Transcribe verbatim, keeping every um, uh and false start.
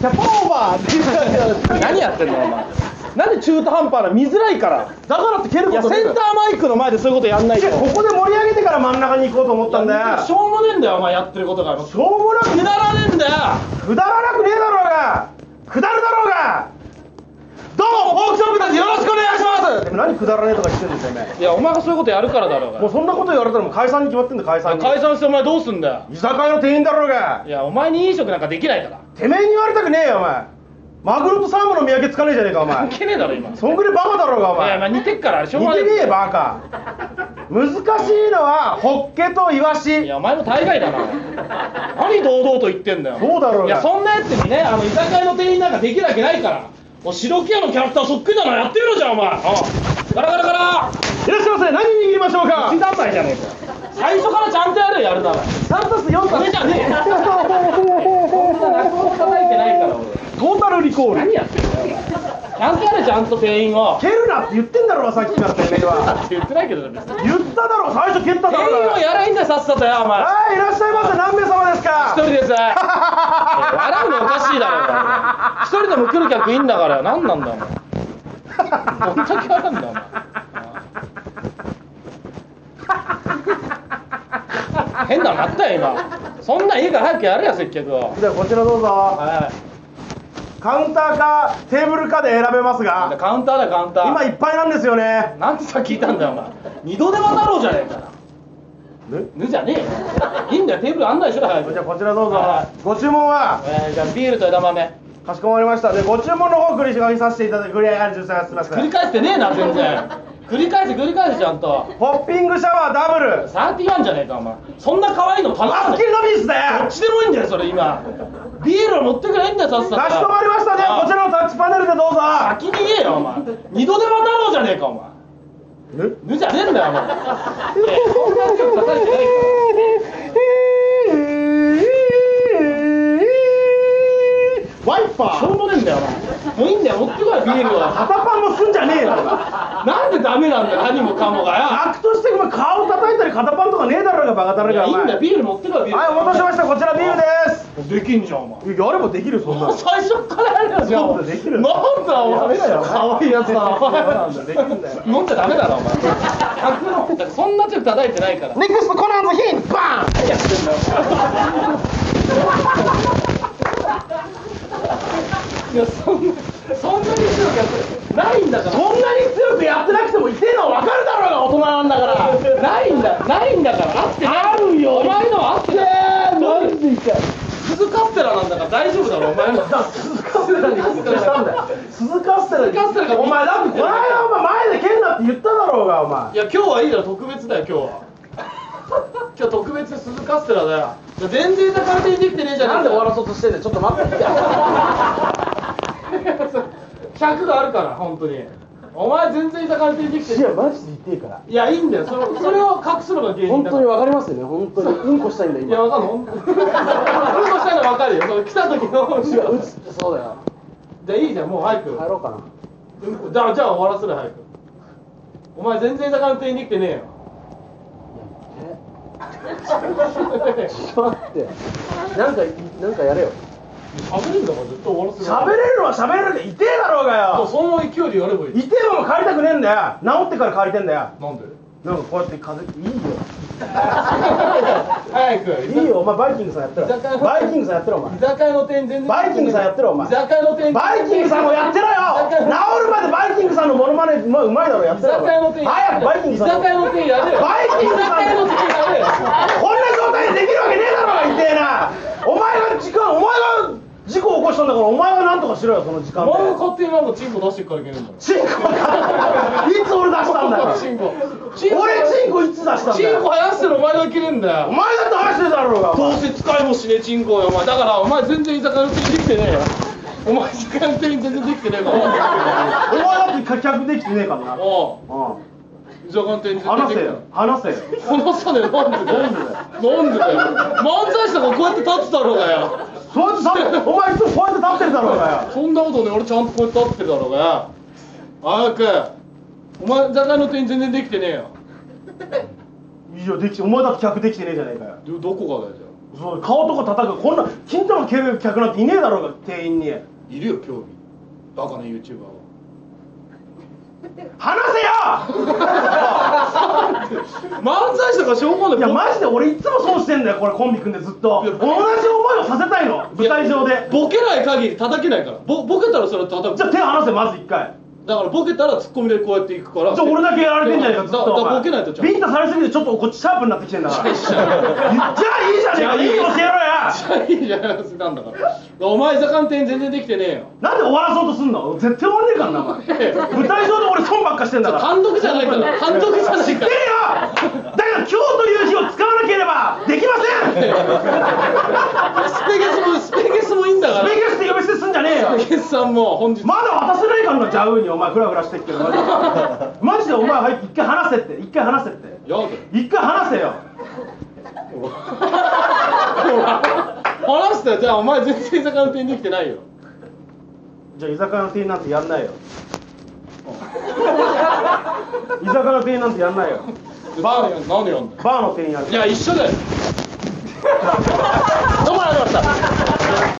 キャポーバーって何やってんのお前。なんで中途半端な見づらいから。だからって蹴ることねえ。いやセンターマイクの前でそういうことやんないと。ここで盛り上げてから真ん中に行こうと思ったんだよ。しょうもねえんだよお前やってることが。しょうもなくくだらねえんだよ。くだらなくねえだろうが。くだるだろうが。どうもフォークショップです。よろしくお願いします。でも何くだらねえとか言ってんですよね。いやお前がそういうことやるからだろうが。もうそんなこと言われたらもう解散に決まってんだ。解散に。解散してお前どうすんだよ。居酒屋の店員だろうが。いやお前に飲食なんかできないから。てめえに言われたくねえよお前。マグロとサーモンの見分けつかねえじゃねえかお前。関係ねえだろ今。そんぐらいバカだろうがお前。いやまあ似てっからしょうがない。似てねえバカ。難しいのはホッケとイワシ。いやお前も大概だな。何堂々と言ってんだよ。そうだろうが。いやそんなやつにねあの居酒屋の店員なんかできるわけないから。もう白木屋のキャラクターそっくりなのやってみろじゃんお前。ガラガラガラ。いらっしゃいませ。何握りましょうか。一段階じゃねえか。最初からちゃんとやるやるなら。さんたすよんたす。これじゃねえよ。そんな泣くほど叩いてないから俺。トータルリコール。何やってんだよお前。ちゃんとやれちゃんと店員を。蹴るなって言ってんだろさっきからてめえは。言ってないけどね。言っただろ最初蹴っただろ。店員をやらいいんだよさっさとよお前。はいいらっしゃいませ。何名様ですか。一人です。笑うのおかしいだろお前。一人でも来る客いいんだから何なんだお前。どんだけ笑うんだお前。変なのあったよ今。そんなんいいから早くやれよ接客を。じゃあこちらどうぞ。はい。カウンターかテーブルかで選べますが。カウンターだカウンター。今いっぱいなんですよね。なんてさ聞いたんだよお前。二度手間だろうじゃねえかな。ぬぬじゃねえよ。いいんだよテーブル案内しろ早く。じゃあこちらどうぞ。ご注文は。えー、じゃあビールと枝豆。かしこまりました。でご注文の方繰り返させていただき繰り返します。繰り返してねえな全然。繰り返せ繰り返せちゃんと。ホッピングシャワーダブルサーティワンじゃねえかお前。そんな可愛いの頼む。マスキルのビースだよ。どっちでもいいんだよそれ今。ビールを持ってくれいいんだよさっさと。かしこまりましたね。こちらのタッチパネルでどうぞ。先に言えよお前。二度手間だろうじゃねえかお前。ぬぬじゃねえんだよお前。そんな強く叩いてないからワイパーしょうもねえんだよお前。もういいんだよ持ってこいビールは。肩パンもすんじゃねえよ。なんでダメなんだよ何もかもがよ。客としてお前顔叩いたり肩パンとかねえだろうがバカだろうが。いいんだよビール持ってこいビール。はいお待たせしました。こちらビールです。できんじゃんお前。やればできるそんなの。最初からやるじゃん。できる。なんだお前。可愛いやつだな。できるんだよ。飲んじゃダメだなお前。客のそんな強く叩いてないから。ネクストコナンズヒンバーン。何やってんだよ。いやそんなそんなに強くやってないんだから。そんなに強くやってなくても痛えのは分かるだろうが大人なんだから。ないんだないんだから合ってない。あるよお前のは合ってない。なんで痛い。鈴カステラなんだから大丈夫だろお前の。鈴カステラに鈴したんだよ。鈴カステラにカステラがお前だってこの間お前前で蹴んなって言っただろうがお前。いや今日はいいだろ特別だよ今日は。今日特別鈴カステラだよ。全然高めにできてねえじゃん。なんで終わらそうとしてんだよ。ちょっと待って。尺があるから本当に。お前全然居酒屋でできてる。いやマジで言っていいから。いやいいんだよ。それそれを隠すのが芸人だから。本当にわかりますよね。本当にうんこしたいんだ今。いやわかんの。うんこしたいのわかるよ。その来た時の。うつってそうだよ。じゃあいいじゃんもう早く。帰ろうかな。じゃあじゃあ終わらせる早く。お前全然居酒屋の店員できてねえよ。ちょっと待って。なんかなんかやれよ。喋れるんだから絶対終わらせる。喋れるのは喋れるで痛えだろうがよ。その勢いでやればいい。痛えまま帰りたくねえんだよ。治ってから帰りてんだよ。なんで？なんかこうやって風いいよ。早く。いいよお前バイキングさんやってろ。バイキングさんやってろお前。居酒屋の店員全然。バイキングさんやってろお前。居酒屋の店員。バイキングさんもやってろよ。治るまでバイキングさんのモノマネうまいだろやってろ。居酒屋の店員。早くバイキングさん。居酒屋の店員やれよ。バイキングさん。居酒屋の店員やれよ。こんな状態でできるわけねえだろが痛えな。お前が時間お前が事故を起こしたんだからお前がなんとかしろよその時間で。お前が勝手になんかチンコ出してからいけねえんだよ。チンコいつ俺出したんだよ。チンコ俺チンコいつ出したんだよ。チンコ生やしてるお前がいけねえんだよ。お前だって生やしてるだろうが。どうせ使いもしねえチンコよお前。だからお前全然居酒屋の店員できてねえよ。お前居酒屋の店員全然できてねえから。お前だって客できてねえからな。おう居酒屋の店員話せよ話せよ。話さねえなんでだよ。なんでだよ。漫才師だからこうやって立つだろうがよ。そうやってお前いつもこうやって立ってるだろうがよ。そんなことね俺ちゃんとこうやって立ってるだろうがよ。早く。お前居酒屋の店員全然できてねえよ。いやできてお前だって客できてねえじゃねえかよ。どこがだよじゃあ。 そう顔とか叩く、こんな金玉蹴る客なんていねえだろうが、店員に。 いるよ興味バカな ユーチューバーは。 話せよ漫才師とかしょうがない。 いやマジで俺いつもそうしてんだよ、これコンビ組んでずっと同じ思いをさせたいの、舞台上で。 ボケない限り叩けないから。ボボケたらそれ叩く。 じゃあ手離せ、まず一回。 だからボケたらツッコミでこうやっていくから。 じゃあ俺だけやられてんじゃねえかずっと。 だからボケないと。 ビンタされすぎてちょっとこっちシャープになってきてんだから。じゃあいいじゃねえか、いいことしてやろうや。 じゃあいいじゃないですか。なんだからお前居酒屋店全然できてねえよ。 なんで終わらそうとすんの、絶対終わんねえからなお前。舞台上で俺損ばっかしてんだから。 単独じゃないから単独じゃないから。 知ってるよ。だから今日という日を使わなければできません。 スペゲスもスペゲスもいいんだから。 スペゲスって呼び捨てすんじゃねえよ。 スペゲスさんも本日まだ渡せないからな、ジャウーにお前フラフラしてっけど。マジでお前入って一回話せって、一回話せって。 やだ一回話せよ。 話したよ。じゃあお前全然居酒屋の店に来てないよ。 じゃあ居酒屋の店員なんてやんないよ。居酒屋の店員なんてやんないよ。 バー何やんだよ。 バーの店員やる。 いや一緒だよ。どうもありがとうございました。